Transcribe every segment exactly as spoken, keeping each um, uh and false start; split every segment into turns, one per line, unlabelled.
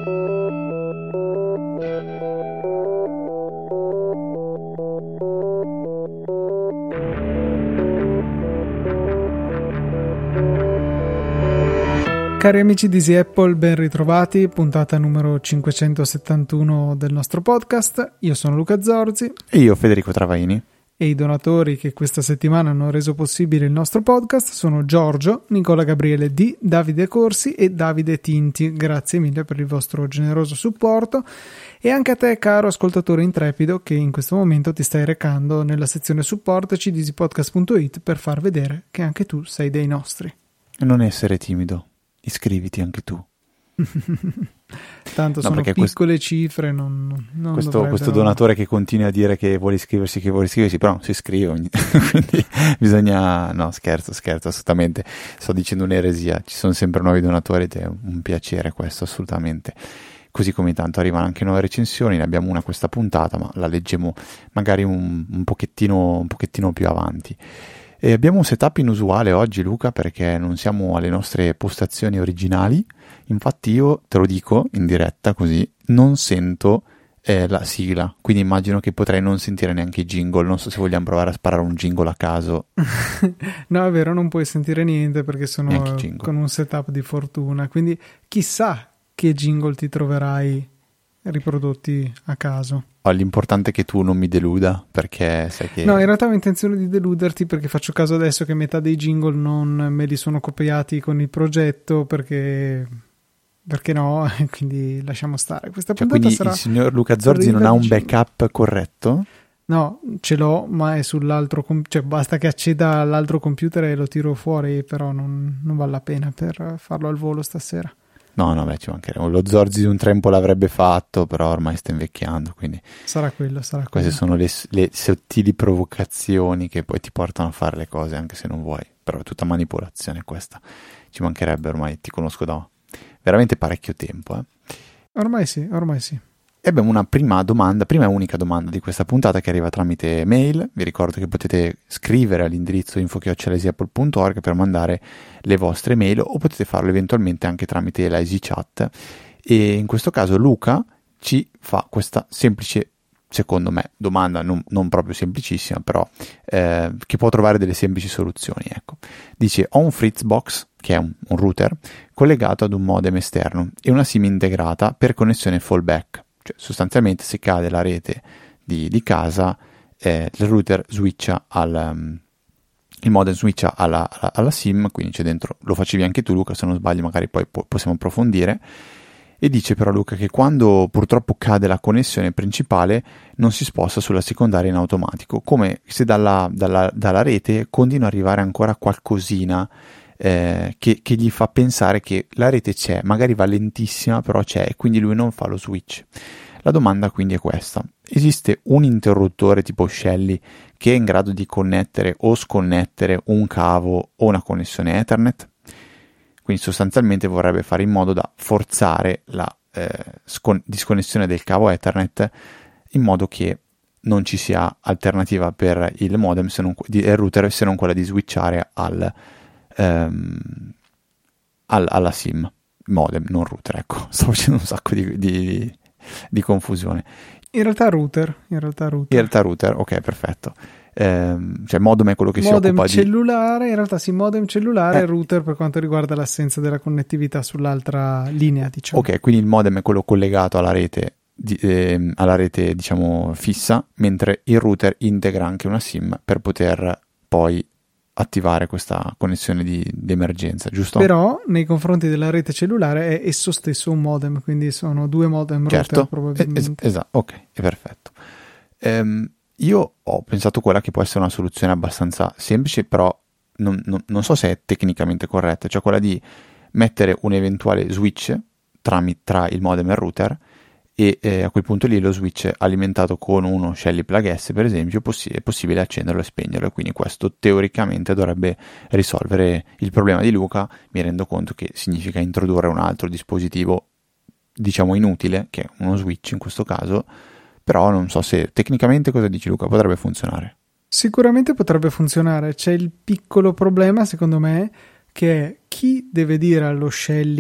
Cari amici di Easy Apple, ben ritrovati, puntata numero cinquecentosettantuno del nostro podcast. Io sono Luca Zorzi.
E io Federico Travaini.
E i donatori che questa settimana hanno reso possibile il nostro podcast sono Giorgio, Nicola Gabriele D, Davide Corsi e Davide Tinti. Grazie mille per il vostro generoso supporto e anche a te, caro ascoltatore intrepido, che in questo momento ti stai recando nella sezione supportaci di easypodcast punto it per far vedere che anche tu sei dei nostri.
Non essere timido, iscriviti anche tu.
Tanto no, sono piccole questo, cifre, non, non
questo, questo donatore che continua a dire che vuole iscriversi, che vuole iscriversi, però non si iscrive, quindi bisogna, no scherzo, scherzo assolutamente, sto dicendo un'eresia, ci sono sempre nuovi donatori ed è un piacere questo assolutamente, così come intanto arrivano anche nuove recensioni, ne abbiamo una questa puntata, ma la leggeremo magari un, un pochettino un pochettino più avanti. E abbiamo un setup inusuale oggi, Luca, perché non siamo alle nostre postazioni originali. Infatti io te lo dico in diretta così, non sento eh, la sigla, quindi immagino che potrei non sentire neanche i jingle. Non so se vogliamo provare a sparare un jingle a caso.
No, è vero, non puoi sentire niente perché sono con un setup di fortuna, quindi chissà che jingle ti troverai riprodotti a caso.
Oh, l'importante è che tu non mi deluda, perché sai che...
No, in realtà ho intenzione di deluderti, perché faccio caso adesso che metà dei jingle non me li sono copiati con il progetto, perché perché no, quindi lasciamo stare. Questa
cioè,
puntata
quindi
sarà...
il signor Luca Zorzi non ha un backup corretto?
No, ce l'ho, ma è sull'altro com- cioè basta che acceda all'altro computer e lo tiro fuori, però non, non vale la pena per farlo al volo stasera.
No, no, beh, ci mancherebbe. Lo Zorzi di un tempo l'avrebbe fatto, però ormai sta invecchiando, quindi...
Sarà quello, sarà quello.
Queste sono le, le sottili provocazioni che poi ti portano a fare le cose, anche se non vuoi. Però è tutta manipolazione questa. Ci mancherebbe, ormai ti conosco da veramente parecchio tempo. Eh.
Ormai sì, ormai sì.
E abbiamo una prima domanda, prima e unica domanda di questa puntata che arriva tramite mail. Vi ricordo che potete scrivere all'indirizzo info chiocciola easy apple punto org per mandare le vostre mail, o potete farlo eventualmente anche tramite la EasyChat. E in questo caso Luca ci fa questa semplice, secondo me, domanda non, non proprio semplicissima, però eh, che può trovare delle semplici soluzioni. Ecco. Dice: ho un Fritzbox, che è un, un router, collegato ad un modem esterno e una SIM integrata per connessione fallback. Cioè, sostanzialmente se cade la rete di, di casa, eh, il router switcha al um, il modem switcha alla, alla, alla SIM, quindi c'è dentro, lo facevi anche tu Luca se non sbaglio, magari poi po- possiamo approfondire. E dice però Luca che quando purtroppo cade la connessione principale non si sposta sulla secondaria in automatico, come se dalla, dalla, dalla rete continua ad arrivare ancora qualcosina eh, che, che gli fa pensare che la rete c'è, magari va lentissima però c'è, e quindi lui non fa lo switch. La domanda quindi è questa: esiste un interruttore tipo Shelly che è in grado di connettere o sconnettere un cavo o una connessione Ethernet? Quindi sostanzialmente vorrebbe fare in modo da forzare la eh, scon- disconnessione del cavo Ethernet in modo che non ci sia alternativa per il modem se non, di, il router se non quella di switchare al, ehm, al, alla SIM. Modem, non router, ecco. Sto facendo un sacco di, di, di confusione.
In realtà router, in realtà router.
In realtà router, ok, perfetto. Ehm, cioè modem è quello che
modem
si occupa
cellulare,
di...
in realtà sì, modem cellulare
eh.
e router per quanto riguarda l'assenza della connettività sull'altra linea, diciamo.
Ok, quindi il modem è quello collegato alla rete, di, eh, alla rete diciamo fissa, mentre il router integra anche una SIM per poter poi attivare questa connessione di, di emergenza, giusto?
Però nei confronti della rete cellulare è esso stesso un modem, quindi sono due modem
certo.
router probabilmente.
Es- esatto, ok, è perfetto. Ehm, io ho pensato quella che può essere una soluzione abbastanza semplice, però non, non, non so se è tecnicamente corretta, cioè quella di mettere un eventuale switch tra, tra il modem e il router, e eh, a quel punto lì lo switch alimentato con uno Shelly Plug S per esempio possi- è possibile accenderlo e spegnerlo, e quindi questo teoricamente dovrebbe risolvere il problema di Luca. Mi rendo conto che significa introdurre un altro dispositivo diciamo inutile, che è uno switch in questo caso, però non so se tecnicamente, cosa dici Luca, potrebbe funzionare.
Sicuramente potrebbe funzionare, c'è il piccolo problema secondo me che è chi deve dire allo Shelly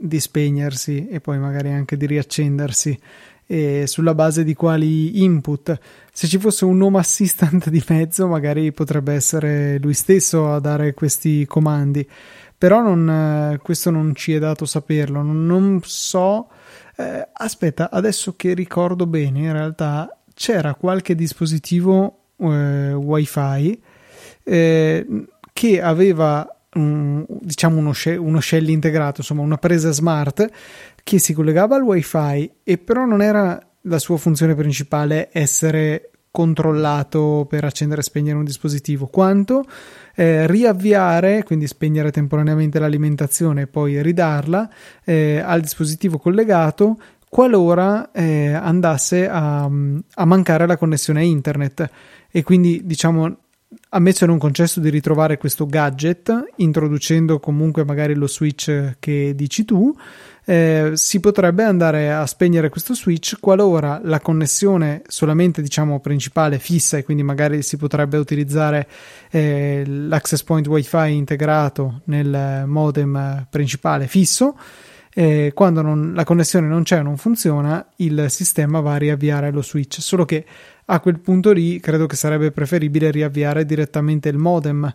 di spegnersi e poi magari anche di riaccendersi, e sulla base di quali input. Se ci fosse un Home Assistant di mezzo, magari potrebbe essere lui stesso a dare questi comandi, però non, questo non ci è dato saperlo. Non, non so. Eh, aspetta, adesso che ricordo bene, in realtà c'era qualche dispositivo eh, Wi-Fi eh, che aveva um, diciamo uno, sce- uno shell integrato, insomma una presa smart che si collegava al Wi-Fi, e però non era la sua funzione principale essere controllato per accendere e spegnere un dispositivo, quanto eh, riavviare, quindi spegnere temporaneamente l'alimentazione e poi ridarla eh, al dispositivo collegato qualora eh, andasse a, a mancare la connessione a internet. E quindi, diciamo, a me c'era un concesso di ritrovare questo gadget introducendo comunque magari lo switch che dici tu. Eh, si potrebbe andare a spegnere questo switch qualora la connessione solamente, diciamo, principale fissa, e quindi magari si potrebbe utilizzare eh, l'access point Wi-Fi integrato nel modem principale fisso. Eh, quando non, la connessione non c'è o non funziona, il sistema va a riavviare lo switch, solo che a quel punto lì credo che sarebbe preferibile riavviare direttamente il modem,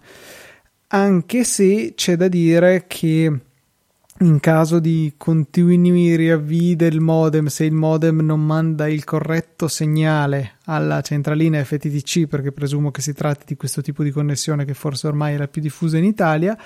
anche se c'è da dire che in caso di continui riavvii del modem, se il modem non manda il corretto segnale alla centralina F T T C, perché presumo che si tratti di questo tipo di connessione che forse ormai è la più diffusa in Italia,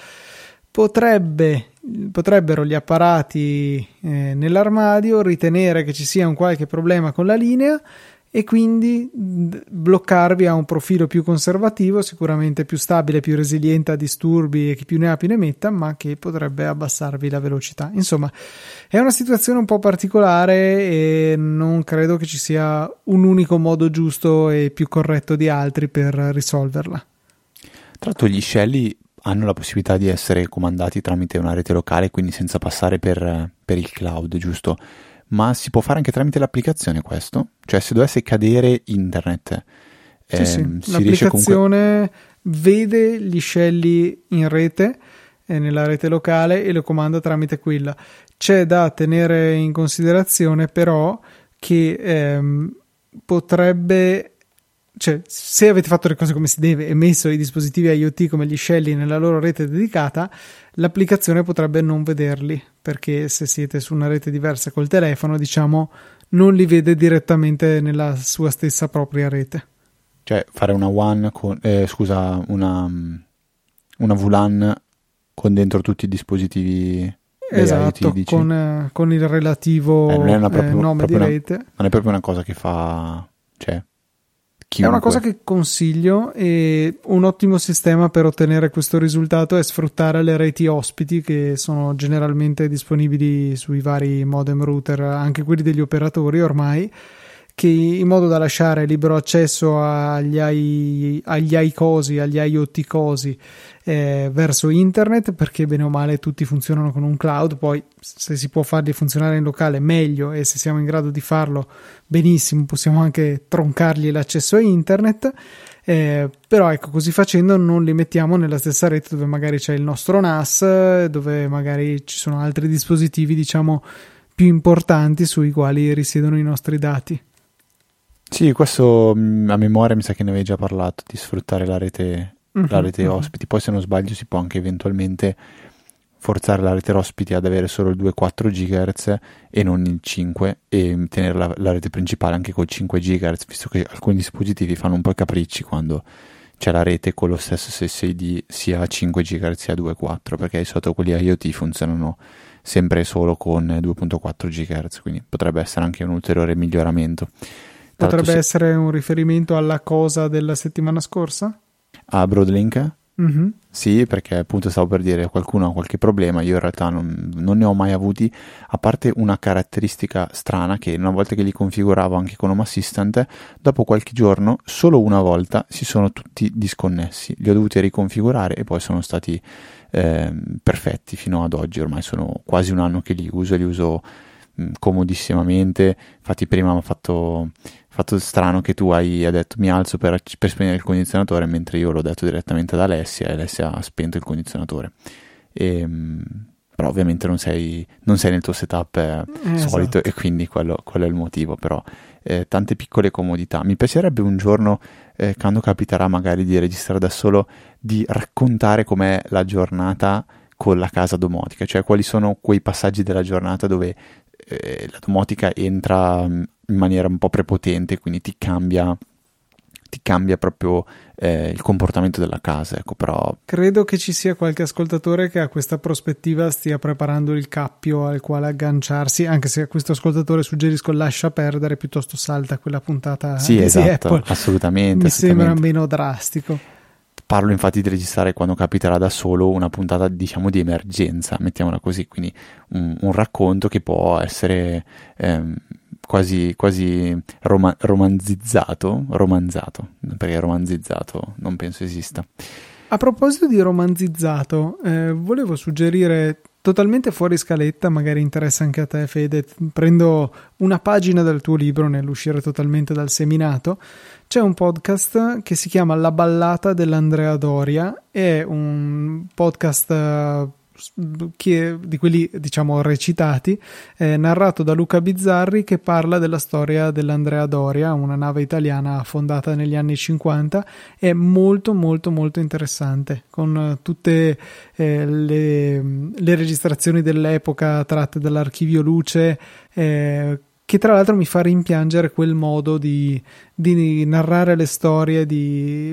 potrebbe, potrebbero gli apparati eh, nell'armadio ritenere che ci sia un qualche problema con la linea e quindi bloccarvi a un profilo più conservativo, sicuramente più stabile, più resiliente a disturbi e chi più ne ha più ne metta, ma che potrebbe abbassarvi la velocità. Insomma, è una situazione un po' particolare e non credo che ci sia un unico modo giusto e più corretto di altri per risolverla.
Tra l'altro gli scelli hanno la possibilità di essere comandati tramite una rete locale, quindi senza passare per, per il cloud, giusto? Ma si può fare anche tramite l'applicazione questo? Cioè se dovesse cadere internet,
sì,
ehm,
sì.
si
l'applicazione
riesce comunque...
vede gli scelli in rete, eh, nella rete locale, e lo comanda tramite quella. C'è da tenere in considerazione però che ehm, potrebbe, cioè se avete fatto le cose come si deve e messo i dispositivi IoT come gli scelli nella loro rete dedicata, l'applicazione potrebbe non vederli, perché se siete su una rete diversa col telefono, diciamo, non li vede direttamente nella sua stessa propria rete.
Cioè fare una WAN con, eh, scusa, una, una V LAN con dentro tutti i dispositivi.
Esatto,
IoT, dici?
con, eh, con il relativo
eh, non è una proprio,
eh, nome
proprio
di
una,
rete.
non è proprio una cosa che fa, cioè, chiunque.
È una cosa che consiglio, e un ottimo sistema per ottenere questo risultato è sfruttare le reti ospiti che sono generalmente disponibili sui vari modem router, anche quelli degli operatori ormai, che in modo da lasciare libero accesso agli, I, agli iCosi, agli IoT cosi eh, verso internet, perché bene o male tutti funzionano con un cloud. Poi se si può farli funzionare in locale meglio, e se siamo in grado di farlo benissimo possiamo anche troncargli l'accesso a internet, eh, però ecco, così facendo non li mettiamo nella stessa rete dove magari c'è il nostro N A S, dove magari ci sono altri dispositivi, diciamo, più importanti sui quali risiedono i nostri dati.
Sì, questo a memoria mi sa che ne avevi già parlato, di sfruttare la rete, uh-huh, la rete uh-huh. ospiti. Poi se non sbaglio si può anche eventualmente forzare la rete ospiti ad avere solo il due virgola quattro gigahertz e non il cinque, e tenere la, la rete principale anche col cinque gigahertz, visto che alcuni dispositivi fanno un po' i capricci quando c'è la rete con lo stesso S S I D sia a cinque gigahertz sia a due virgola quattro, perché di solito quelli IoT funzionano sempre solo con due virgola quattro gigahertz, quindi potrebbe essere anche un ulteriore miglioramento.
Potrebbe essere un riferimento alla cosa della settimana scorsa?
A Broadlink?
Mm-hmm.
Sì, perché appunto stavo per dire, qualcuno ha qualche problema, io in realtà non, non ne ho mai avuti, a parte una caratteristica strana che una volta che li configuravo anche con Home Assistant, dopo qualche giorno, solo una volta, si sono tutti disconnessi, li ho dovuti riconfigurare e poi sono stati eh, perfetti fino ad oggi. Ormai sono quasi un anno che li uso e li uso mh, comodissimamente. Infatti prima mi ha fatto... fatto strano che tu hai, hai detto mi alzo per, per spegnere il condizionatore, mentre io l'ho detto direttamente ad Alessia e Alessia ha spento il condizionatore, e, però ovviamente non sei, non sei nel tuo setup eh,
Eh,
solito
esatto.
e quindi quello, quello è il motivo, però eh, tante piccole comodità. Mi piacerebbe un giorno, eh, quando capiterà magari di registrare da solo, di raccontare com'è la giornata con la casa domotica, cioè quali sono quei passaggi della giornata dove eh, la domotica entra mm, in maniera un po' prepotente, quindi ti cambia, ti cambia proprio eh, il comportamento della casa, ecco, però
Credo che ci sia qualche ascoltatore che a questa prospettiva stia preparando il cappio al quale agganciarsi, anche se a questo ascoltatore suggerisco lascia perdere, piuttosto salta quella puntata
sì,
di
esatto,
Apple.
assolutamente,
Mi sembra
assolutamente.
meno drastico.
Parlo infatti di registrare quando capiterà da solo una puntata, diciamo, di emergenza, mettiamola così, quindi un, un racconto che può essere ehm, quasi, quasi roma- romanzizzato, romanzato, perché romanzizzato non penso esista.
A proposito di romanzizzato, eh, volevo suggerire totalmente fuori scaletta, magari interessa anche a te, Fede. Prendo una pagina del tuo libro nell'uscire totalmente dal seminato. C'è un podcast che si chiama La ballata dell'Andrea Doria, è un podcast eh, che, di quelli diciamo recitati, eh, narrato da Luca Bizzarri, che parla della storia dell'Andrea Doria, una nave italiana fondata negli anni cinquanta. È molto molto molto interessante, con eh, tutte eh, le, le registrazioni dell'epoca tratte dall'archivio Luce, eh, che tra l'altro mi fa rimpiangere quel modo di, di narrare le storie, di,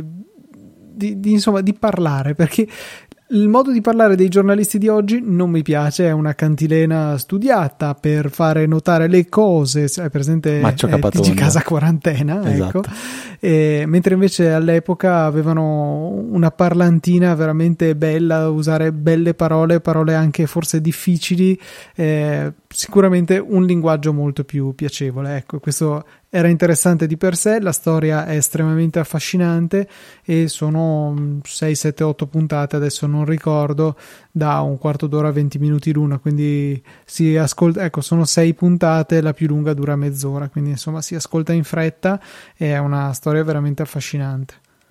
di, di insomma di parlare, perché il modo di parlare dei giornalisti di oggi non mi piace, è una cantilena studiata per fare notare le cose, è presente
Maccio
eh,
Capatonda.
T G Casa Quarantena,
Esatto.
ecco. E, mentre invece all'epoca avevano una parlantina veramente bella, usare belle parole, parole anche forse difficili, eh, sicuramente un linguaggio molto più piacevole, ecco. Questo era interessante di per sé, la storia è estremamente affascinante e sono sei, sette, otto puntate, adesso non ricordo, da un quarto d'ora a venti minuti l'una, quindi si ascolta, ecco, sono sei puntate, la più lunga dura mezz'ora, quindi insomma si ascolta in fretta e è una storia veramente affascinante.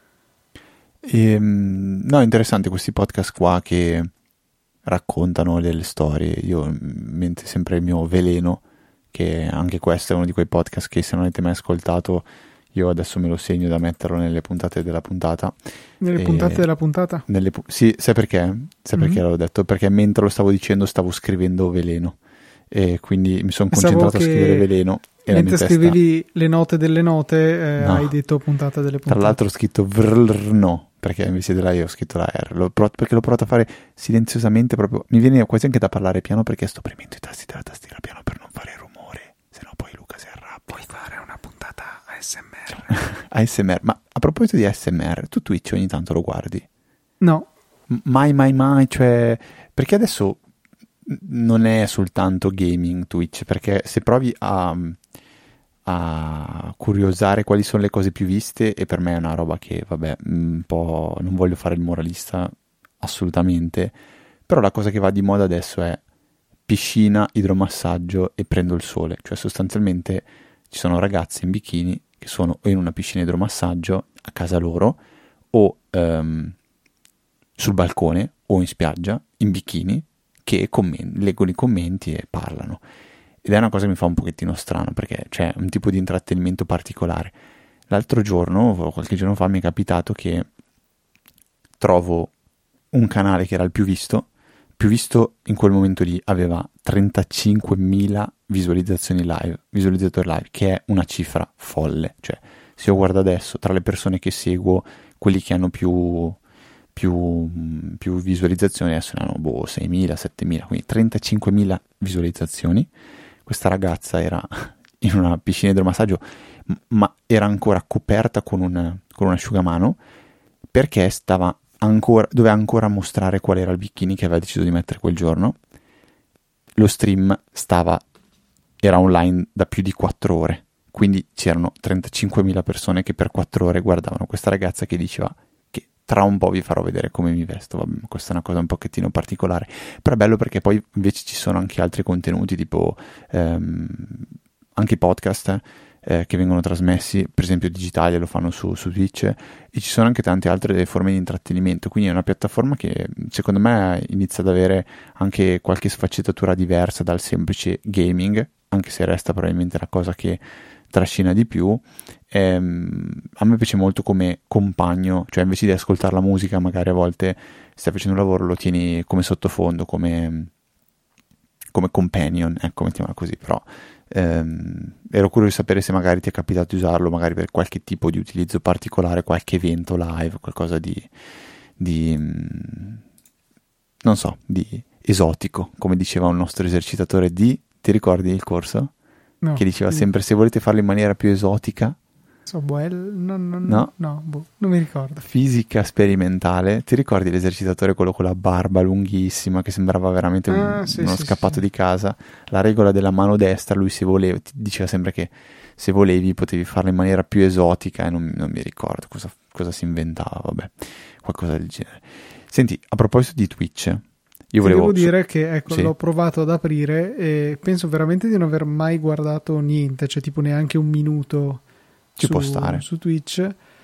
E, no, è interessante questi podcast qua che raccontano delle storie. Io mente sempre il mio Veleno, che anche questo è uno di quei podcast che, se non avete mai ascoltato, io adesso me lo segno da metterlo nelle puntate della puntata.
Nelle
E
puntate della puntata?
nelle pu- sì, sai perché? Sai perché
Mm-hmm.
l'ho detto? Perché mentre lo stavo dicendo stavo scrivendo Veleno e quindi mi sono
Pensavo
concentrato a
che
scrivere Veleno e la mia
mentre
testa...
scrivevi le note delle note, eh,
No.
hai detto puntata delle puntate.
Tra l'altro ho scritto vrno, perché invece della E ho scritto la R, l'ho prov- perché l'ho provato a fare silenziosamente, proprio mi viene quasi anche da parlare piano perché sto premendo i tasti della tastiera piano per non fare rumore, sennò poi Luca si arrabbia.
Puoi fare una puntata A S M R?
A S M R, ma a proposito di A S M R, tu Twitch ogni tanto lo guardi?
No.
M- mai mai mai, cioè, perché adesso non è soltanto gaming Twitch, perché se provi a... a curiosare quali sono le cose più viste, e per me è una roba che, vabbè, un po' non voglio fare il moralista assolutamente, però la cosa che va di moda adesso è piscina, idromassaggio e prendo il sole, cioè sostanzialmente ci sono ragazze in bikini che sono o in una piscina idromassaggio a casa loro o ehm, sul balcone o in spiaggia in bikini che commen- leggono i commenti e parlano. Ed è una cosa che mi fa un pochettino strano, perché c'è un tipo di intrattenimento particolare. L'altro giorno, o qualche giorno fa, mi è capitato che trovo un canale che era il più visto, più visto in quel momento lì, aveva trentacinquemila visualizzazioni live, visualizzatori live, che è una cifra folle. Cioè, se io guardo adesso, tra le persone che seguo, quelli che hanno più... Più, più visualizzazioni, adesso ne hanno boh, seimila, settemila, quindi trentacinquemila visualizzazioni. Questa ragazza era in una piscina di idromassaggio, ma era ancora coperta con un, con un asciugamano, perché stava ancora, doveva ancora mostrare qual era il bikini che aveva deciso di mettere quel giorno. Lo stream stava, era online da più di quattro ore, quindi c'erano trentacinquemila persone che per quattro ore guardavano questa ragazza che diceva: tra un po' vi farò vedere come mi vesto. Vabbè, questa è una cosa un pochettino particolare, però è bello perché poi invece ci sono anche altri contenuti, tipo ehm, anche podcast, eh, che vengono trasmessi, per esempio Digitalia lo fanno su, su Twitch, e ci sono anche tante altre forme di intrattenimento, quindi è una piattaforma che secondo me inizia ad avere anche qualche sfaccettatura diversa dal semplice gaming, anche se resta probabilmente la cosa che trascina di più. Ehm, a me piace molto come compagno, cioè invece di ascoltare la musica magari a volte stai facendo un lavoro, lo tieni come sottofondo, come, come companion, ecco, mettiamola così. Però ehm, ero curioso di sapere se magari ti è capitato di usarlo magari per qualche tipo di utilizzo particolare, qualche evento live, qualcosa di, di non so, di esotico, come diceva un nostro esercitatore di, ti ricordi il corso?
No,
che diceva
sì.
sempre se volete farlo in maniera più esotica,
so, well, no, no,
no,
no boh, non mi ricordo.
Fisica sperimentale, ti ricordi l'esercitatore quello con la barba lunghissima che sembrava veramente un,
Ah, sì,
uno
sì,
scappato
sì.
di casa, la regola della mano destra, lui se voleva, ti diceva sempre che se volevi potevi farlo in maniera più esotica e non, non mi ricordo cosa, cosa si inventava, vabbè, qualcosa del genere. Senti, a proposito di Twitch, io volevo...
Devo dire che ecco,
sì.
l'ho provato ad aprire e penso veramente di non aver mai guardato niente, cioè tipo neanche un minuto
Ci
su,
può stare.
su Twitch,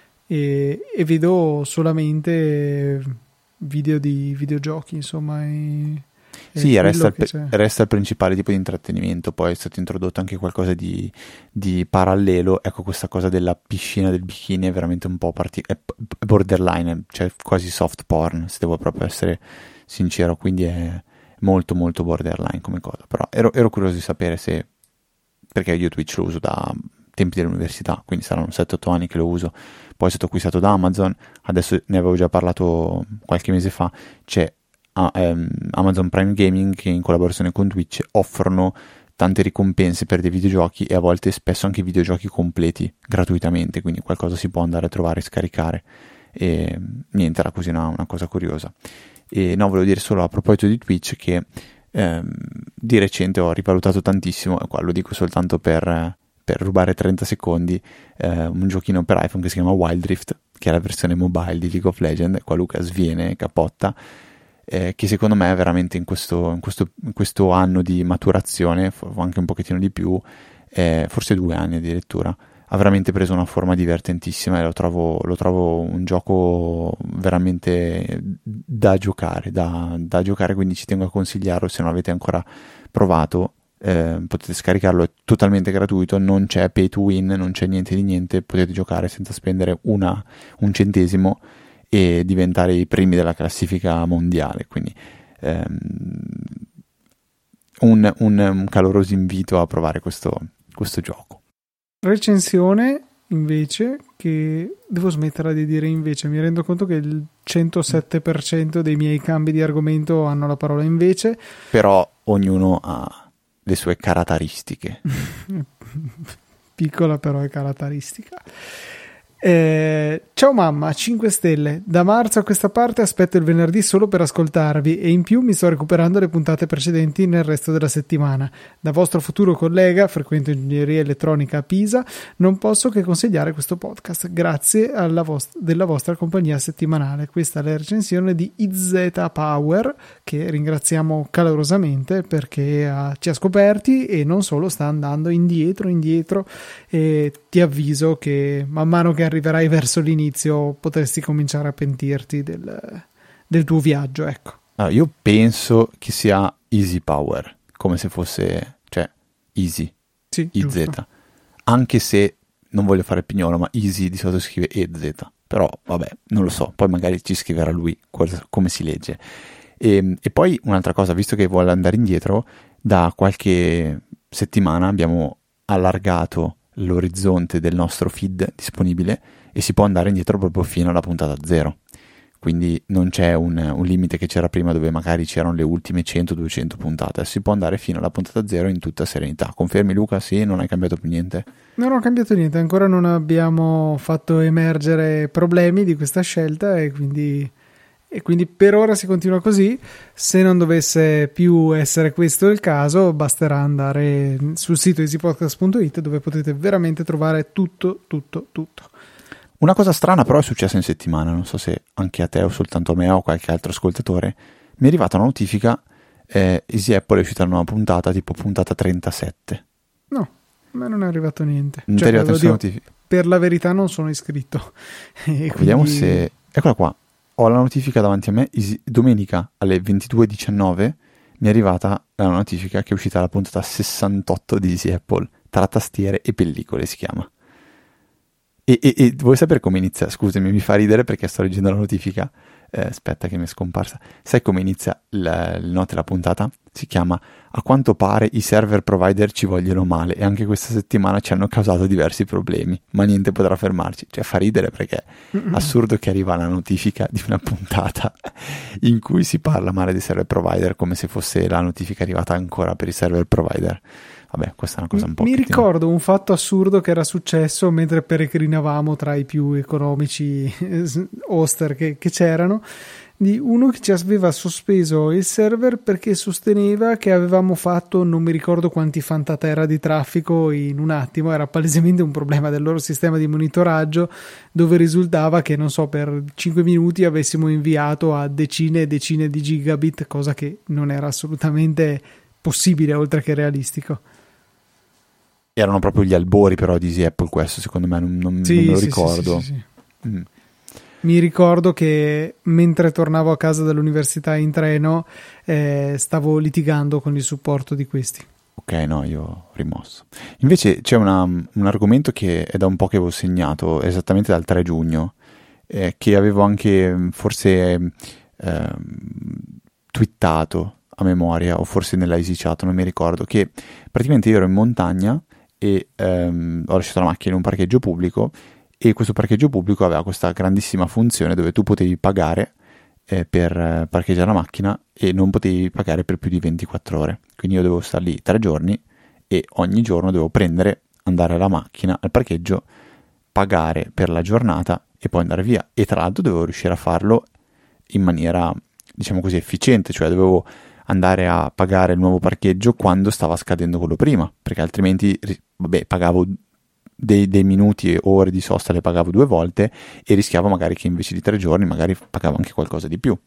e, e vedo solamente video di videogiochi, insomma. E,
Sì, resta il,
c'è.
resta il principale tipo di intrattenimento, poi è stato introdotto anche qualcosa di, di parallelo. Ecco, questa cosa della piscina, del bikini è veramente un po' parti- è borderline, cioè quasi soft porn, se devo proprio essere sincero, quindi è molto molto borderline come cosa. Però ero, ero curioso di sapere se, perché io Twitch lo uso da tempi dell'università, quindi saranno sette otto anni che lo uso, poi è stato acquistato da Amazon, adesso ne avevo già parlato qualche mese fa, c'è Amazon Prime Gaming che in collaborazione con Twitch offrono tante ricompense per dei videogiochi e a volte spesso anche videogiochi completi gratuitamente, quindi qualcosa si può andare a trovare e scaricare, e niente, era così una, una cosa curiosa. E no, volevo dire solo a proposito di Twitch che ehm, di recente ho rivalutato tantissimo, e qua lo dico soltanto per, per rubare trenta secondi, eh, un giochino per iPhone che si chiama Wild Rift, che è la versione mobile di League of Legends. Qua Luca sviene, capotta. Eh, che secondo me è veramente in questo, in questo, in questo anno di maturazione, anche un pochettino di più, eh, forse due anni addirittura, ha veramente preso una forma divertentissima e lo trovo, lo trovo un gioco veramente da giocare, da, da giocare, quindi ci tengo a consigliarlo se non l'avete ancora provato. Eh, potete scaricarlo, è totalmente gratuito, non c'è pay to win, non c'è niente di niente, potete giocare senza spendere una, un centesimo e diventare i primi della classifica mondiale, quindi ehm, un, un, un caloroso invito a provare questo, questo gioco.
Recensione invece, che devo smettere di dire invece, mi rendo conto che il centosette per cento dei miei cambi di argomento hanno la parola invece,
però ognuno ha le sue caratteristiche.
Piccola però è caratteristica. Eh, ciao mamma, cinque stelle. Da marzo a questa parte aspetto il venerdì solo per ascoltarvi e in più mi sto recuperando le puntate precedenti nel resto della settimana. Da vostro futuro collega, frequento ingegneria elettronica a Pisa, non posso che consigliare questo podcast. Grazie alla vost- della vostra compagnia settimanale. Questa è la recensione di I Z Power, che ringraziamo calorosamente perché ha, ci ha scoperti e non solo, sta andando indietro indietro, e ti avviso che man mano che arriverai verso l'inizio potresti cominciare a pentirti del, del tuo viaggio, ecco.
Allora, io penso che sia Easy Power, come se fosse, cioè, Easy,
sì,
I Z, giusto. Anche se non voglio fare il pignolo, ma Easy di solito si scrive E Z, però vabbè, non lo so, poi magari ci scriverà lui cosa, come si legge. E, e poi un'altra cosa, visto che vuole andare indietro, da qualche settimana abbiamo allargato l'orizzonte del nostro feed disponibile e si può andare indietro proprio fino alla puntata zero, quindi non c'è un, un limite che c'era prima dove magari c'erano le ultime cento duecento puntate, si può andare fino alla puntata zero in tutta serenità. Confermi Luca? Sì? Non hai cambiato più niente?
Non ho cambiato niente, ancora non abbiamo fatto emergere problemi di questa scelta e quindi E quindi per ora si continua così. Se non dovesse più essere questo il caso, basterà andare sul sito easypodcast punto it, dove potete veramente trovare tutto, tutto, tutto.
Una cosa strana però è successa in settimana, non so se anche a te o soltanto a me o a qualche altro ascoltatore, mi è arrivata una notifica, eh, Easy Apple è uscita una nuova puntata, tipo puntata trentasette.
No. ma non è arrivato niente.
Non
cioè,
ti è arrivata
oddio,
notifica?
Per la verità non sono iscritto. E quindi...
Vediamo se... Eccola qua. Ho la notifica davanti a me. Easy... Domenica alle ventidue e diciannove mi è arrivata la notifica che è uscita la puntata sessantotto di Easy Apple, tra tastiere e pellicole si chiama. E, e, e vuoi sapere come inizia? Scusami, mi fa ridere perché sto leggendo la notifica. Eh, aspetta che mi è scomparsa. Sai come inizia la, il note della puntata? Si chiama "A quanto pare i server provider ci vogliono male e anche questa settimana ci hanno causato diversi problemi, ma niente potrà fermarci". Cioè fa ridere perché è assurdo che arriva la notifica di una puntata in cui si parla male dei server provider come se fosse la notifica arrivata ancora per i server provider. Vabbè, questa è una cosa un po'...
Mi ricordo un fatto assurdo che era successo mentre peregrinavamo tra i più economici hoster che, che c'erano, di uno che ci aveva sospeso il server perché sosteneva che avevamo fatto non mi ricordo quanti fantatera di traffico in un attimo. Era palesemente un problema del loro sistema di monitoraggio, dove risultava che, non so, per cinque minuti avessimo inviato a decine e decine di gigabit, cosa che non era assolutamente possibile oltre che realistico.
Erano proprio gli albori però di Easy Apple, questo secondo me, non, non,
sì,
non me lo
sì,
ricordo.
Sì, sì, sì.
Mm.
Mi ricordo che mentre tornavo a casa dall'università in treno eh, stavo litigando con il supporto di questi.
Ok, no, io ho rimosso. Invece c'è una, un argomento che è da un po' che avevo segnato, esattamente dal tre giugno, eh, che avevo anche forse eh, twittato a memoria, o forse nella Easy Chat, non mi ricordo, che praticamente io ero in montagna e ehm, ho lasciato la macchina in un parcheggio pubblico, e questo parcheggio pubblico aveva questa grandissima funzione dove tu potevi pagare eh, per eh, parcheggiare la macchina e non potevi pagare per più di ventiquattro ore. Quindi io dovevo stare lì tre giorni e ogni giorno dovevo prendere, andare alla macchina, al parcheggio, pagare per la giornata e poi andare via. E tra l'altro dovevo riuscire a farlo in maniera, diciamo così, efficiente, cioè dovevo andare a pagare il nuovo parcheggio quando stava scadendo quello prima, perché altrimenti, vabbè, pagavo dei, dei minuti e ore di sosta, le pagavo due volte e rischiavo magari che invece di tre giorni magari pagavo anche qualcosa di più.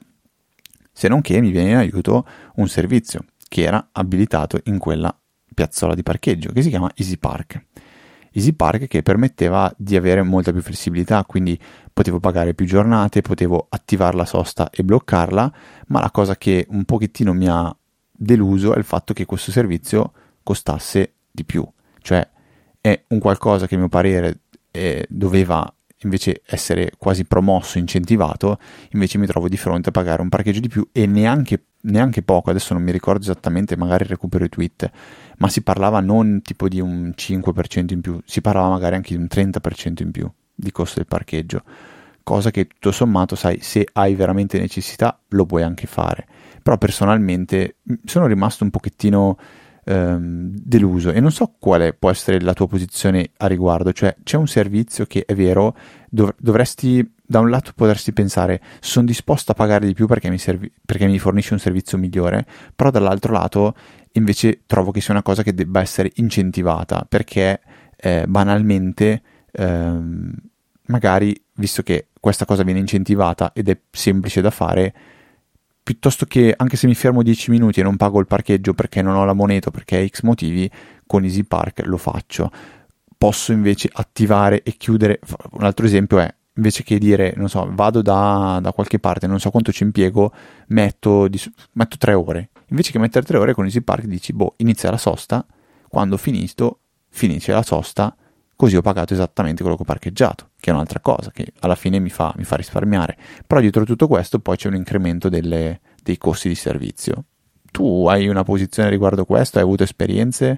Se non che mi viene in aiuto un servizio che era abilitato in quella piazzola di parcheggio che si chiama Easy Park. Easy Park che permetteva di avere molta più flessibilità, quindi potevo pagare più giornate, potevo attivare la sosta e bloccarla, ma la cosa che un pochettino mi ha deluso è il fatto che questo servizio costasse di più, cioè è un qualcosa che a mio parere eh, doveva invece essere quasi promosso, incentivato, invece mi trovo di fronte a pagare un parcheggio di più e neanche, neanche poco, adesso non mi ricordo esattamente, magari recupero i tweet, ma si parlava non tipo di un cinque per cento in più, si parlava magari anche di un trenta per cento in più di costo del parcheggio, cosa che tutto sommato, sai, se hai veramente necessità lo puoi anche fare, però personalmente sono rimasto un pochettino ehm, deluso e non so quale può essere la tua posizione a riguardo, cioè c'è un servizio che è vero, dov- dovresti, da un lato potresti pensare sono disposto a pagare di più perché mi, servi- perché mi fornisce un servizio migliore, però dall'altro lato invece trovo che sia una cosa che debba essere incentivata perché eh, banalmente ehm, magari, visto che questa cosa viene incentivata ed è semplice da fare, piuttosto che, anche se mi fermo dieci minuti e non pago il parcheggio perché non ho la moneta, perché X motivi, con Easy Park lo faccio. Posso invece attivare e chiudere. Un altro esempio è, invece che dire, non so, vado da, da qualche parte, non so quanto ci impiego, metto, di, metto tre ore. Invece che mettere tre ore con Easy Park dici, boh, inizia la sosta, quando ho finito, finisce la sosta, così ho pagato esattamente quello che ho parcheggiato, che è un'altra cosa che alla fine mi fa, mi fa risparmiare. Però dietro tutto questo poi c'è un incremento delle, dei costi di servizio. Tu hai una posizione riguardo questo? Hai avuto esperienze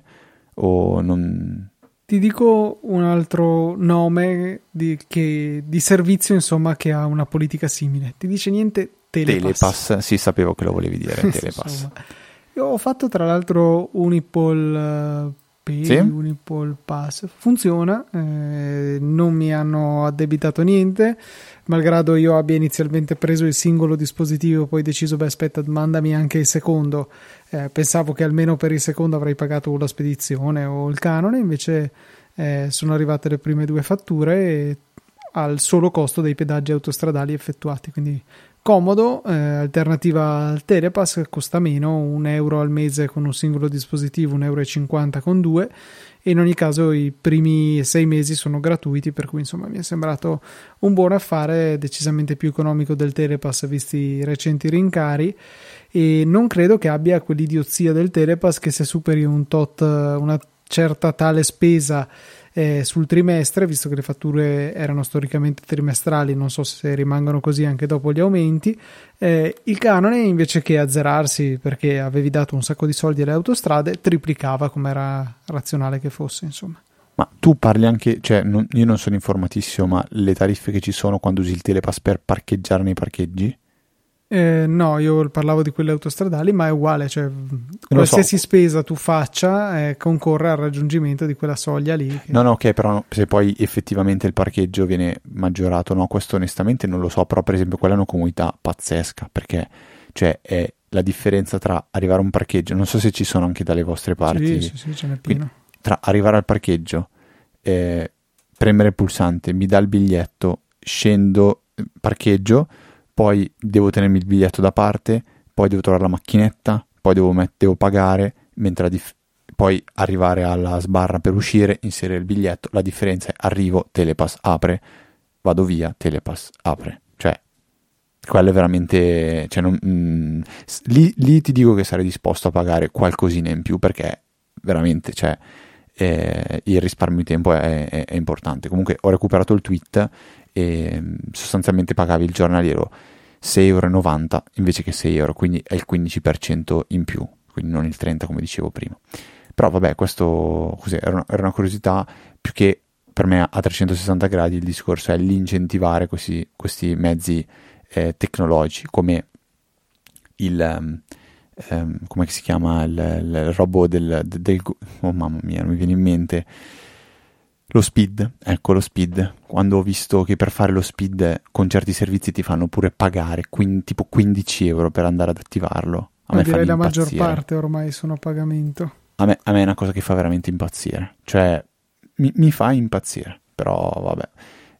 o non...
Ti dico un altro nome di, che, di servizio, insomma, che ha una politica simile. Ti dice niente? Telepass.
Telepass, sì, sapevo che lo volevi dire, Telepass.
Io ho fatto tra l'altro Unipol uh, Pay, sì? Unipol Pass, funziona, eh, non mi hanno addebitato niente, malgrado io abbia inizialmente preso il singolo dispositivo, poi deciso, beh aspetta, mandami anche il secondo, eh, pensavo che almeno per il secondo avrei pagato la spedizione o il canone, invece eh, sono arrivate le prime due fatture e al solo costo dei pedaggi autostradali effettuati, quindi comodo. Eh, alternativa al Telepass, costa meno, un euro al mese con un singolo dispositivo, un euro e cinquanta con due, e in ogni caso i primi sei mesi sono gratuiti, per cui insomma mi è sembrato un buon affare, decisamente più economico del Telepass visti i recenti rincari, e non credo che abbia quell'idiozia del Telepass che se superi un tot, una certa tale spesa eh, sul trimestre, visto che le fatture erano storicamente trimestrali, non so se rimangono così anche dopo gli aumenti, eh, il canone invece che azzerarsi perché avevi dato un sacco di soldi alle autostrade triplicava, come era razionale che fosse, insomma.
Ma tu parli anche, cioè non, io non sono informatissimo, ma le tariffe che ci sono quando usi il Telepass per parcheggiare nei parcheggi?
Eh, no, io parlavo di quelle autostradali, ma è uguale, cioè qualsiasi so. spesa tu faccia eh, concorre al raggiungimento di quella soglia lì. Che...
No, no, ok, però se poi effettivamente il parcheggio viene maggiorato, no, questo onestamente non lo so, però per esempio quella è una comunità pazzesca, perché cioè è la differenza tra arrivare a un parcheggio, non so se ci sono anche dalle vostre parti,
sì, sì, sì, ce n'è pieno.
Quindi, tra arrivare al parcheggio, eh, premere il pulsante, mi dà il biglietto, scendo, parcheggio, poi devo tenermi il biglietto da parte, poi devo trovare la macchinetta, poi devo, met- devo pagare, mentre la dif- poi arrivare alla sbarra per uscire, inserire il biglietto, la differenza è arrivo, Telepass apre, vado via, Telepass apre, cioè quello è veramente, cioè non, mh, lì, lì ti dico che sarei disposto a pagare qualcosina in più, perché veramente, cioè eh, il risparmio di tempo è, è, è importante. Comunque ho recuperato il tweet e sostanzialmente pagavi il giornaliero sei e novanta euro invece che sei euro, quindi è il quindici per cento in più, quindi non il trenta come dicevo prima. Però vabbè, questo così, era, una, era una curiosità, più che per me a trecentosessanta gradi il discorso è l'incentivare questi, questi mezzi eh, tecnologici, come il um, um, come si chiama il, il robot del, del, del oh mamma mia, non mi viene in mente. Lo speed, ecco lo speed, quando ho visto che per fare lo speed con certi servizi ti fanno pure pagare quindi, tipo quindici euro per andare ad attivarlo, a
Ma
me
direi
fa
la
impazzire.
maggior parte ormai sono a pagamento.
A me, a me è una cosa che fa veramente impazzire, cioè mi, mi fa impazzire, però vabbè,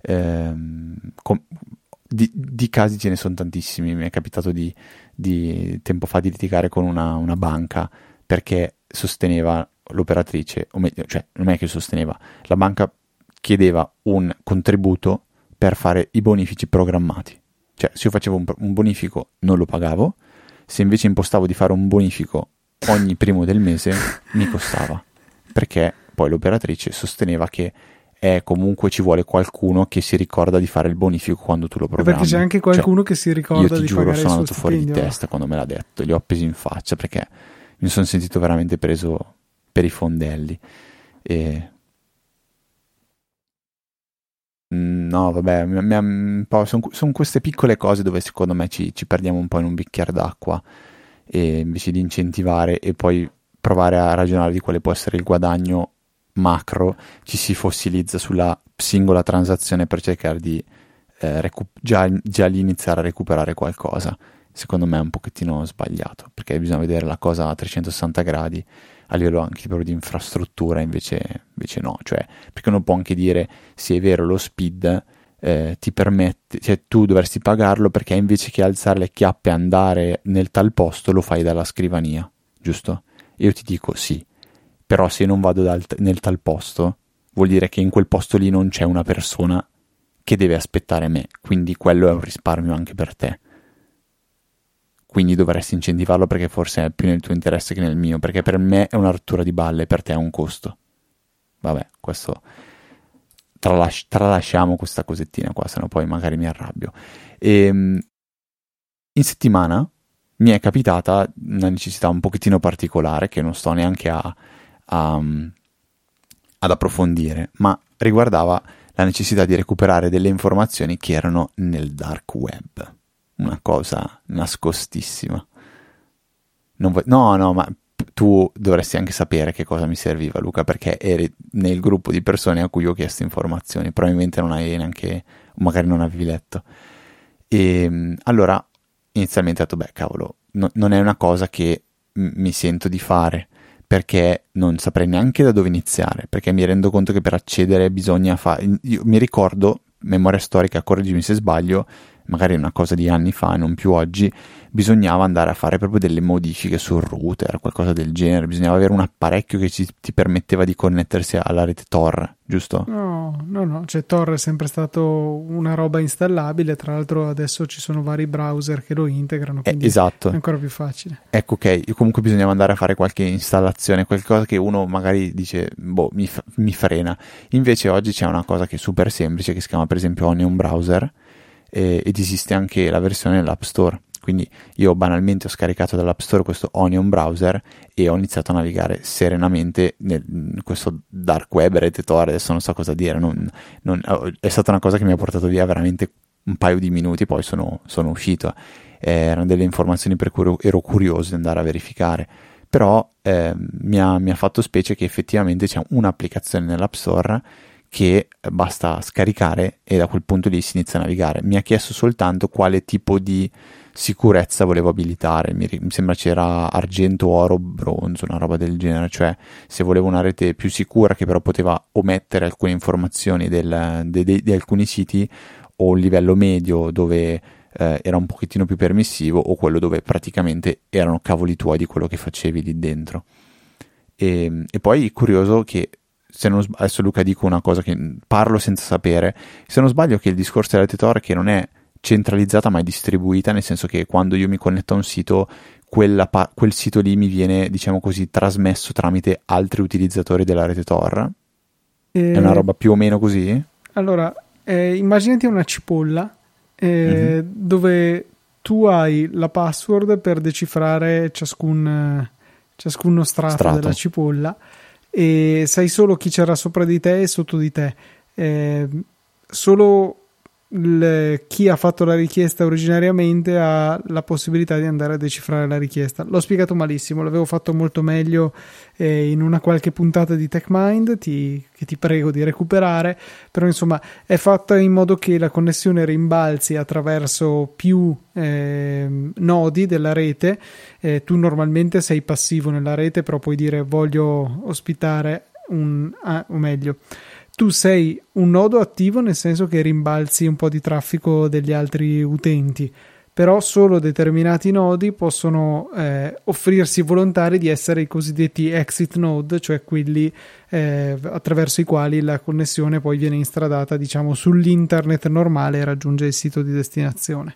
ehm, com- di, di casi ce ne sono tantissimi. Mi è capitato di, di tempo fa di litigare con una, una banca perché sosteneva l'operatrice, o meglio, cioè non è che sosteneva, la banca chiedeva un contributo per fare i bonifici programmati, cioè se io facevo un, un bonifico non lo pagavo, se invece impostavo di fare un bonifico ogni primo del mese mi costava, perché poi l'operatrice sosteneva che è comunque ci vuole qualcuno che si ricorda di fare il bonifico quando tu lo programmi.
Perché c'è anche qualcuno
cioè,
che si ricorda di
giuro,
pagare il suo stipendio. Io ti giuro sono andato fuori di
testa quando me l'ha detto, gli ho appesi in faccia perché mi sono sentito veramente preso per i fondelli. E... no vabbè, mi, mi, un po', sono, sono queste piccole cose dove secondo me ci, ci perdiamo un po' in un bicchiere d'acqua, e invece di incentivare e poi provare a ragionare di quale può essere il guadagno macro, ci si fossilizza sulla singola transazione per cercare di eh, recu- già, già lì iniziare a recuperare qualcosa. Secondo me è un pochettino sbagliato, perché bisogna vedere la cosa a trecentosessanta gradi a livello anche proprio di infrastruttura, invece, invece no, cioè perché uno può anche dire sì è vero lo speed eh, ti permette, cioè tu dovresti pagarlo perché invece che alzare le chiappe e andare nel tal posto lo fai dalla scrivania, giusto? Io ti dico sì, però se non vado dal, nel tal posto vuol dire che in quel posto lì non c'è una persona che deve aspettare me, quindi quello è un risparmio anche per te. Quindi dovresti incentivarlo perché forse è più nel tuo interesse che nel mio, perché per me è una rottura di balle, per te è un costo. Vabbè, questo tralasci- tralasciamo questa cosettina qua, sennò poi magari mi arrabbio. E, in settimana mi è capitata una necessità un pochettino particolare che non sto neanche a, a, ad approfondire, ma riguardava la necessità di recuperare delle informazioni che erano nel dark web. Una cosa nascostissima. Non vo- no, no, ma tu dovresti anche sapere che cosa mi serviva, Luca, perché eri nel gruppo di persone a cui ho chiesto informazioni. Probabilmente non hai neanche, magari non avevi letto. E allora inizialmente ho detto, beh, cavolo, no, non è una cosa che m- mi sento di fare, perché non saprei neanche da dove iniziare, perché mi rendo conto che per accedere bisogna fare... Io mi ricordo memoria storica, correggimi se sbaglio, magari è una cosa di anni fa e non più oggi, bisognava andare a fare proprio delle modifiche sul router, qualcosa del genere, bisognava avere un apparecchio che ci, ti permetteva di connettersi alla rete Tor, giusto?
No, no, no, cioè Tor è sempre stato una roba installabile, tra l'altro adesso ci sono vari browser che lo integrano, quindi
eh, esatto.
è ancora più facile.
Ecco, ok, comunque bisognava andare a fare qualche installazione, qualcosa che uno magari dice, boh, mi, f- mi frena. Invece oggi c'è una cosa che è super semplice, che si chiama per esempio Onion Browser, eh, ed esiste anche la versione dell'App Store. Quindi io banalmente ho scaricato dall'App Store questo Onion Browser e ho iniziato a navigare serenamente nel, in questo dark web, rete Tor, adesso non so cosa dire, non, non, è stata una cosa che mi ha portato via veramente un paio di minuti, poi sono, sono uscito. Eh, erano delle informazioni per cui ero curioso di andare a verificare, però eh, mi, ha, mi ha fatto specie che effettivamente c'è un'applicazione nell'App Store che basta scaricare e da quel punto lì si inizia a navigare. Mi ha chiesto soltanto quale tipo di sicurezza volevo abilitare, mi, mi sembra c'era argento, oro, bronzo, una roba del genere, cioè se volevo una rete più sicura che però poteva omettere alcune informazioni del, de, de, di alcuni siti, o un livello medio dove eh, era un pochettino più permissivo, o quello dove praticamente erano cavoli tuoi di quello che facevi lì dentro. E, e poi curioso che se non sbaglio, adesso Luca dico una cosa che parlo senza sapere, se non sbaglio che il discorso della rete Tor è che non è centralizzata ma è distribuita, nel senso che quando io mi connetto a un sito, quella pa- quel sito lì mi viene, diciamo così, trasmesso tramite altri utilizzatori della rete Tor. E... è una roba più o meno così?
Allora, eh, immaginati una cipolla eh, mm-hmm. dove tu hai la password per decifrare ciascun, ciascuno strato, strato della cipolla, e sai solo chi c'era sopra di te e sotto di te. Eh, solo il, chi ha fatto la richiesta originariamente ha la possibilità di andare a decifrare la richiesta. L'ho spiegato malissimo, l'avevo fatto molto meglio eh, in una qualche puntata di TechMind ti, che ti prego di recuperare, però insomma è fatta in modo che la connessione rimbalzi attraverso più eh, nodi della rete. Eh, tu normalmente sei passivo nella rete, però puoi dire voglio ospitare un, ah, o meglio tu sei un nodo attivo, nel senso che rimbalzi un po' di traffico degli altri utenti, però solo determinati nodi possono eh, offrirsi volontari di essere i cosiddetti exit node, cioè quelli eh, attraverso i quali la connessione poi viene instradata, diciamo, sull'internet normale e raggiunge il sito di destinazione.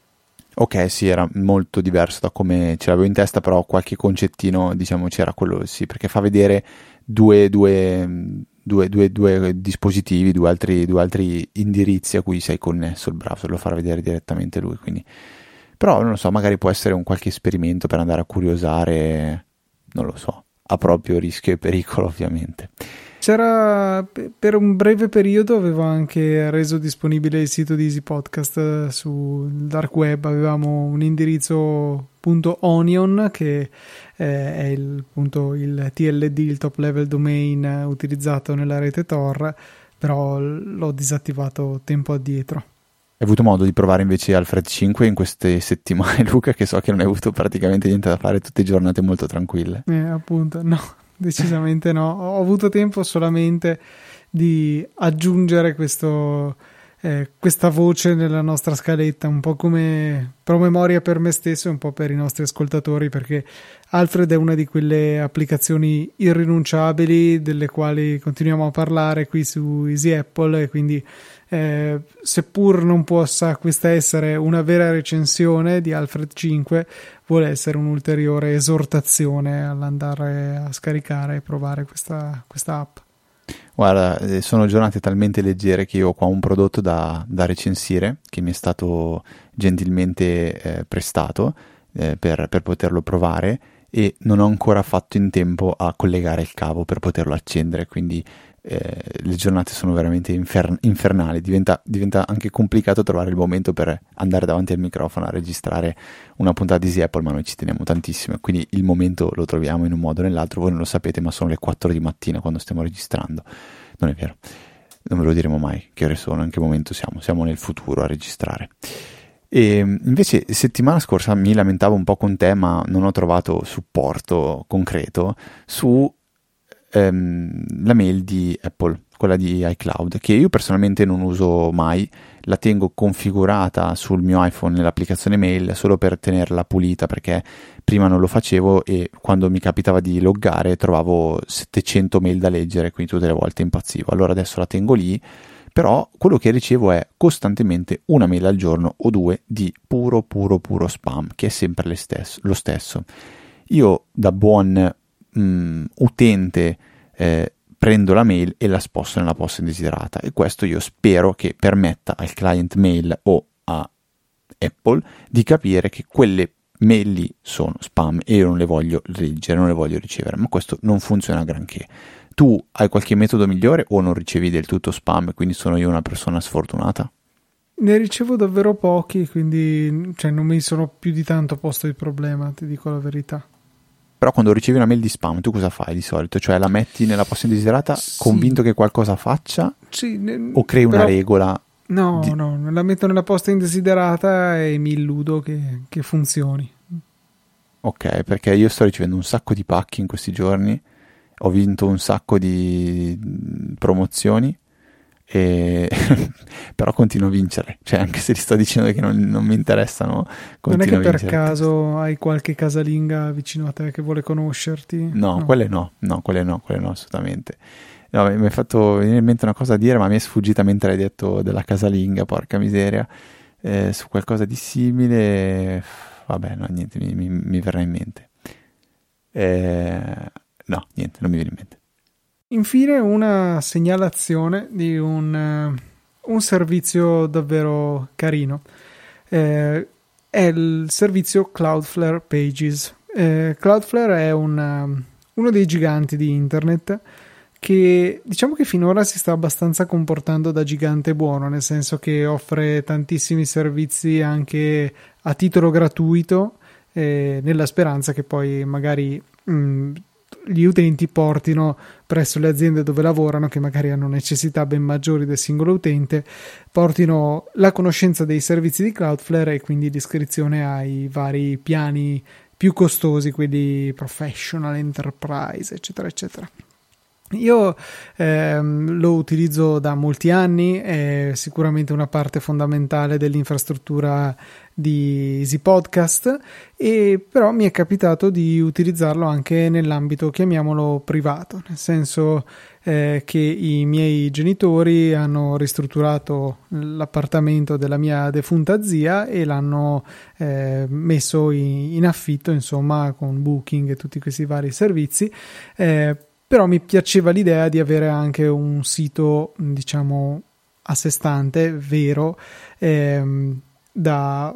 Ok, sì, era molto diverso da come ce l'avevo in testa, però qualche concettino, diciamo, c'era quello, sì, perché fa vedere due... due Due, due, due dispositivi, due altri, due altri indirizzi a cui sei connesso il browser, lo farà vedere direttamente lui, quindi. Però non lo so, magari può essere un qualche esperimento per andare a curiosare, non lo so, a proprio rischio e pericolo ovviamente.
C'era, per un breve periodo avevo anche reso disponibile il sito di Easy Podcast sul dark web, avevamo un indirizzo .onion che è il, appunto, il T L D, il top level domain utilizzato nella rete Tor, però l'ho disattivato tempo addietro.
Hai avuto modo di provare invece Alfred cinque in queste settimane, Luca, che so che non hai avuto praticamente niente da fare, tutte giornate molto tranquille?
Eh, appunto, no, decisamente no. Ho avuto tempo solamente di aggiungere questo... Eh, questa voce nella nostra scaletta, un po' come promemoria per me stesso e un po' per i nostri ascoltatori, perché Alfred è una di quelle applicazioni irrinunciabili delle quali continuiamo a parlare qui su Easy Apple, e quindi eh, seppur non possa questa essere una vera recensione di Alfred cinque, vuole essere un'ulteriore esortazione all'andare a scaricare e provare questa, questa app.
Guarda, sono giornate talmente leggere che io ho qua un prodotto da, da recensire che mi è stato gentilmente eh, prestato eh, per, per poterlo provare, e non ho ancora fatto in tempo a collegare il cavo per poterlo accendere, quindi eh, le giornate sono veramente infer- infernali, diventa, diventa anche complicato trovare il momento per andare davanti al microfono a registrare una puntata di Easy Apple, ma noi ci teniamo tantissimo, quindi il momento lo troviamo in un modo o nell'altro. Voi non lo sapete, ma sono le quattro di mattina quando stiamo registrando. Non è vero, non ve lo diremo mai che ore sono, in che momento siamo, siamo nel futuro a registrare. E invece settimana scorsa mi lamentavo un po' con te, ma non ho trovato supporto concreto su ehm, la mail di Apple, quella di iCloud, che io personalmente non uso mai, la tengo configurata sul mio iPhone nell'applicazione mail solo per tenerla pulita, perché prima non lo facevo e quando mi capitava di loggare trovavo settecento mail da leggere, quindi tutte le volte impazzivo. Allora adesso la tengo lì, però quello che ricevo è costantemente una mail al giorno o due di puro puro puro spam, che è sempre le stesso, lo stesso. Io da buon mh, utente eh, prendo la mail e la sposto nella posta indesiderata, e questo io spero che permetta al client mail o a Apple di capire che quelle mail lì sono spam e io non le voglio leggere, non le voglio ricevere, ma questo non funziona granché. Tu hai qualche metodo migliore o non ricevi del tutto spam, quindi sono io una persona sfortunata?
Ne ricevo davvero pochi, quindi cioè, non mi sono più di tanto posto il problema, ti dico la verità.
Però quando ricevi una mail di spam, tu cosa fai di solito? Cioè la metti nella posta indesiderata
Sì.
convinto che qualcosa faccia?
Sì, ne-
O crei una
però-
regola?
No,
di-
no, la metto nella posta indesiderata e mi illudo che, che funzioni.
Ok, perché io sto ricevendo un sacco di pacchi in questi giorni, ho vinto un sacco di mh, promozioni, e però continuo a vincere, cioè anche se ti sto dicendo che non, non mi interessano,
Non è
continuo
che
a
per
vincere.
caso hai qualche casalinga vicino a te che vuole conoscerti?
No, quelle no, no, quelle no, quelle no, assolutamente. No, mi mi è fatto venire in mente una cosa da dire, ma mi è sfuggita mentre hai detto della casalinga, porca miseria. Eh, su qualcosa di simile, vabbè, no, niente, mi, mi- mi verrà in mente. Eh, no, niente, non mi viene in mente.
Infine una segnalazione di un, eh, un servizio davvero carino. Eh, è il servizio Cloudflare Pages. Eh, Cloudflare è un, um, uno dei giganti di internet che diciamo che finora si sta abbastanza comportando da gigante buono, nel senso che offre tantissimi servizi anche a titolo gratuito, eh, nella speranza che poi magari mh, gli utenti portino presso le aziende dove lavorano, che magari hanno necessità ben maggiori del singolo utente, portino la conoscenza dei servizi di Cloudflare e quindi l'iscrizione ai vari piani più costosi, quelli professional, enterprise, eccetera, eccetera. Io ehm, lo utilizzo da molti anni, è sicuramente una parte fondamentale dell'infrastruttura di Easy Podcast, e però mi è capitato di utilizzarlo anche nell'ambito, chiamiamolo, privato, nel senso eh, che i miei genitori hanno ristrutturato l'appartamento della mia defunta zia e l'hanno eh, messo in, in affitto, insomma, con Booking e tutti questi vari servizi. Eh, però mi piaceva l'idea di avere anche un sito, diciamo, a sé stante, vero, ehm, da,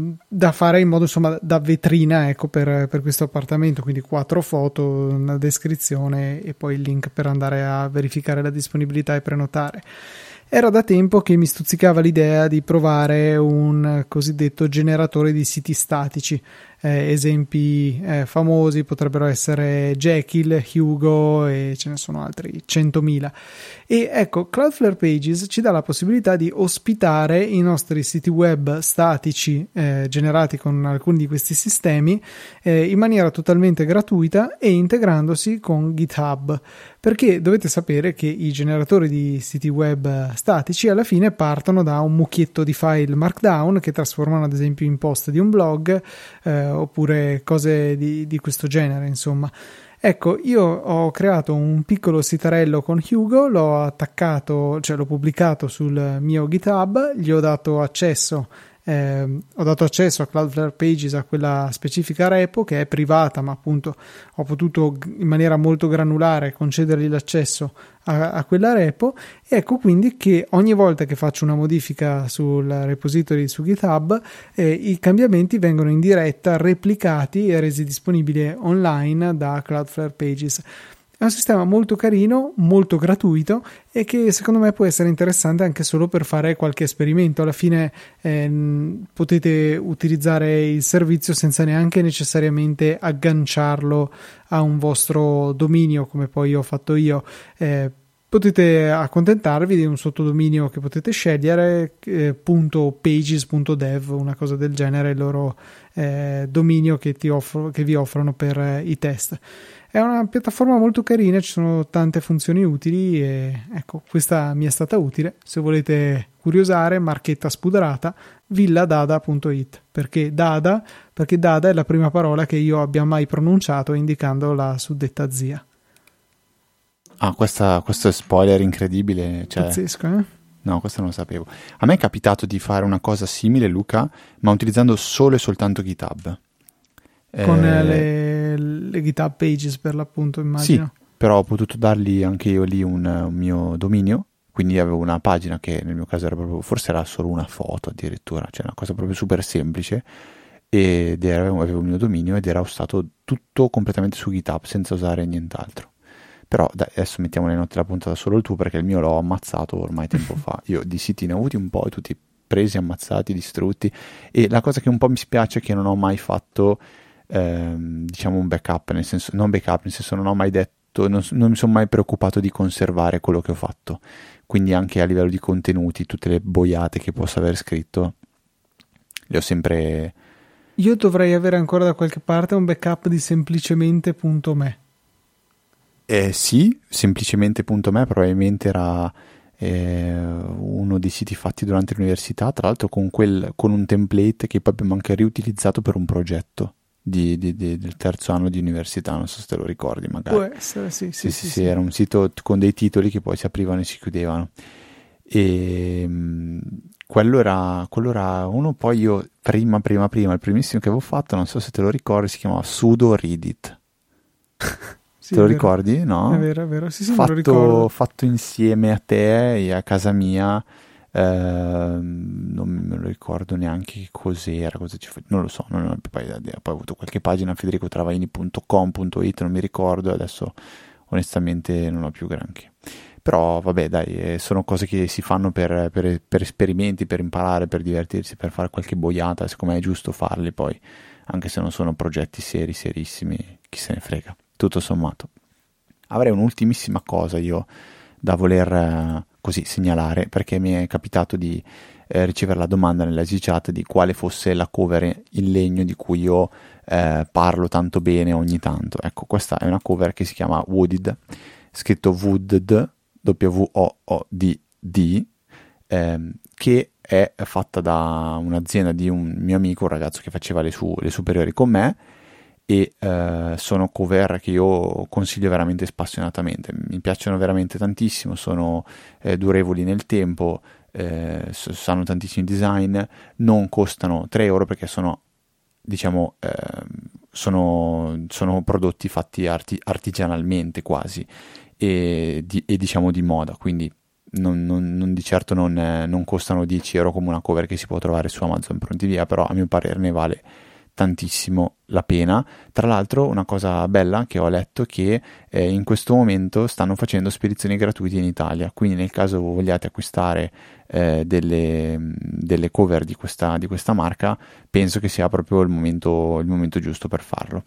da fare in modo, insomma, da vetrina, ecco, per, per questo appartamento, quindi quattro foto, una descrizione e poi il link per andare a verificare la disponibilità e prenotare. Era da tempo che mi stuzzicava l'idea di provare un cosiddetto generatore di siti statici. Eh, esempi eh, famosi potrebbero essere Jekyll, Hugo e ce ne sono altri centomila. E ecco, Cloudflare Pages ci dà la possibilità di ospitare i nostri siti web statici eh, generati con alcuni di questi sistemi eh, in maniera totalmente gratuita e integrandosi con GitHub. Perché dovete sapere che i generatori di siti web statici alla fine partono da un mucchietto di file Markdown che trasformano ad esempio in post di un blog, eh, oppure cose di, di questo genere, insomma. Ecco, io ho creato un piccolo sitarello con Hugo, l'ho attaccato, cioè l'ho pubblicato sul mio GitHub, gli ho dato accesso Eh, ho dato accesso a Cloudflare Pages, a quella specifica repo che è privata, ma appunto ho potuto in maniera molto granulare concedergli l'accesso a, a quella repo. E ecco quindi che ogni volta che faccio una modifica sul repository su GitHub, eh, i cambiamenti vengono in diretta replicati e resi disponibili online da Cloudflare Pages. È un sistema molto carino, molto gratuito e che secondo me può essere interessante anche solo per fare qualche esperimento. Alla fine ehm, potete utilizzare il servizio senza neanche necessariamente agganciarlo a un vostro dominio, come poi ho fatto io. Eh, potete accontentarvi di un sottodominio che potete scegliere, eh, .pages punto dev, una cosa del genere, il loro eh, dominio che, ti offro, che vi offrono per eh, i test. È una piattaforma molto carina, ci sono tante funzioni utili e ecco, questa mi è stata utile. Se volete curiosare, marchetta spuderata, villadada punto it. Perché Dada? Perché Dada è la prima parola che io abbia mai pronunciato indicando la suddetta zia.
Ah, questa, questo è spoiler incredibile. Cioè...
Pazzesco, eh?
No, questo non lo sapevo. A me è capitato di fare una cosa simile, Luca, ma utilizzando solo e soltanto GitHub.
Con
eh...
le, le GitHub Pages per l'appunto, immagino.
Sì, però ho potuto dargli anche io lì un, un mio dominio, quindi avevo una pagina che nel mio caso era proprio, forse era solo una foto addirittura, cioè una cosa proprio super semplice, ed era, avevo il mio dominio ed era hostato tutto completamente su GitHub senza usare nient'altro. Però dai, adesso mettiamo le note della puntata solo il tuo, perché il mio l'ho ammazzato ormai tempo fa. Io di siti ne ho avuti un po', tutti presi, ammazzati, distrutti, e la cosa che un po' mi spiace è che non ho mai fatto ehm, diciamo un backup, nel senso, non backup, nel senso non ho mai detto, non, non mi sono mai preoccupato di conservare quello che ho fatto, quindi anche a livello di contenuti, tutte le boiate che posso aver scritto, le ho sempre...
Io dovrei avere ancora da qualche parte un backup di semplicemente punto me.
Eh, sì, semplicemente.me probabilmente era eh, uno dei siti fatti durante l'università, tra l'altro con, quel, con un template che poi abbiamo anche riutilizzato per un progetto di, di, di, del terzo anno di università, non so se te lo ricordi magari.
Può essere, sì, sì,
sì, sì,
sì,
sì,
sì.
Era un sito con dei titoli che poi si aprivano e si chiudevano. E mh, quello era, quello era uno, poi io prima, prima, prima, il primissimo che avevo fatto, non so se te lo ricordi, si chiamava sudo reddit.
Sì,
Te lo
è vero.
ricordi? No?
È vero, è vero. Sì, sì,
fatto,
me lo ricordo.
fatto insieme a te e a casa mia, ehm, non me lo ricordo neanche che cos'era, cosa ci fa- non lo so, non ho poi, poi ho avuto qualche pagina federico travaini punto com punto it, non mi ricordo, adesso onestamente non ho più granché. Però vabbè dai, eh, sono cose che si fanno per, per, per esperimenti, per imparare, per divertirsi, per fare qualche boiata, secondo me è giusto farli poi, anche se non sono progetti seri, serissimi, chi se ne frega, tutto sommato. Avrei un'ultimissima cosa io da voler eh, così segnalare, perché mi è capitato di eh, ricevere la domanda nella G-Chat di quale fosse la cover in legno di cui io eh, parlo tanto bene ogni tanto. Ecco, questa è una cover che si chiama Wooded, scritto Wooded, W O O D D, ehm, che è fatta da un'azienda di un mio amico, un ragazzo che faceva le, su- le superiori con me, e eh, sono cover che io consiglio veramente spassionatamente, mi piacciono veramente tantissimo, sono eh, durevoli nel tempo, eh, sanno tantissimi design, non costano tre euro perché sono, diciamo, eh, sono, sono prodotti fatti arti- artigianalmente quasi, e, di, e diciamo di moda, quindi non, non, non di certo non, eh, non costano dieci euro come una cover che si può trovare su Amazon pronti via, però a mio parere ne vale tantissimo la pena. Tra l'altro una cosa bella che ho letto è che eh, in questo momento stanno facendo spedizioni gratuite in Italia, quindi nel caso vogliate acquistare eh, delle, delle cover di questa, di questa marca, penso che sia proprio il momento, il momento giusto per farlo.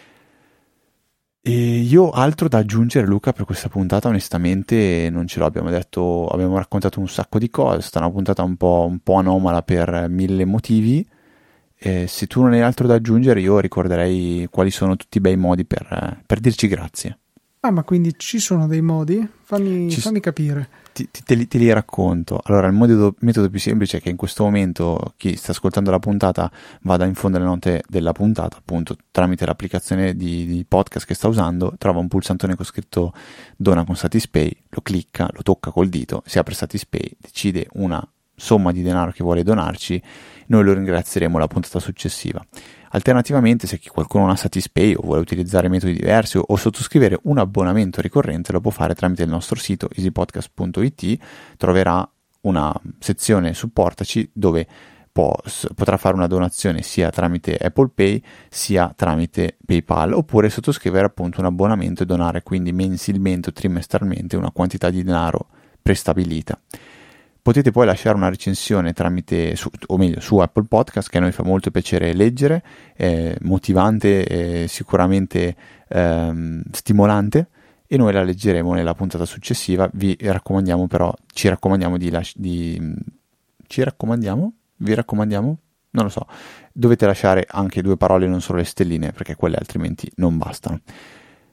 E io altro da aggiungere, Luca, per questa puntata onestamente non ce l'ho, abbiamo detto, abbiamo raccontato un sacco di cose, è stata una puntata un po', un po' anomala per mille motivi. Eh, se tu non hai altro da aggiungere, io ricorderei quali sono tutti i bei modi per, per dirci grazie.
Ah, ma quindi ci sono dei modi? Fammi,
Ci,
fammi capire.
Ti, ti, te, li, te li racconto. Allora, il metodo, metodo più semplice è che in questo momento chi sta ascoltando la puntata vada in fondo alle note della puntata, appunto tramite l'applicazione di, di podcast che sta usando, trova un pulsantone con scritto dona con Satispay, lo clicca, lo tocca col dito, si apre Satispay, decide una somma di denaro che vuole donarci, noi lo ringrazieremo la puntata successiva. Alternativamente, se qualcuno non ha Satispay o vuole utilizzare metodi diversi o, o sottoscrivere un abbonamento ricorrente, lo può fare tramite il nostro sito easy podcast punto it. Troverà una sezione supportaci dove può, potrà fare una donazione sia tramite Apple Pay sia tramite PayPal, oppure sottoscrivere appunto un abbonamento e donare quindi mensilmente o trimestralmente una quantità di denaro prestabilita. Potete poi lasciare una recensione tramite, su, o meglio, su Apple Podcast, che a noi fa molto piacere leggere, è motivante e sicuramente ehm, stimolante, e noi la leggeremo nella puntata successiva. Vi raccomandiamo però, ci raccomandiamo di, las- di ci raccomandiamo? Vi raccomandiamo? Non lo so. Dovete lasciare anche due parole, non solo le stelline, perché quelle altrimenti non bastano.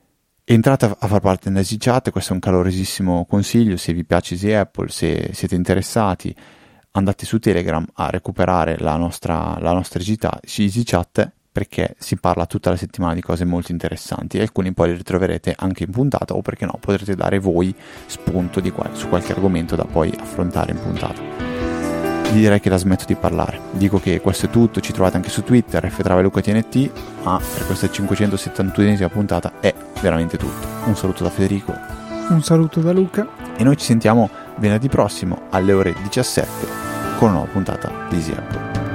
Entrate a far parte dell'Easy Chat, questo è un calorosissimo consiglio. Se vi piace Easy Apple, se siete interessati, andate su Telegram a recuperare la nostra, la nostra Easy Chat, perché si parla tutta la settimana di cose molto interessanti e alcuni poi li ritroverete anche in puntata, o perché no, potrete dare voi spunto di qual- su qualche argomento da poi affrontare in puntata. Vi direi che la smetto di parlare, dico che questo è tutto. Ci trovate anche su Twitter, ftravelucatnt, ma per questa cinquecentosettantunesima puntata è veramente tutto. Un saluto da Federico,
un saluto da Luca,
e noi ci sentiamo venerdì prossimo alle ore diciassette con una nuova puntata di Easy Apple.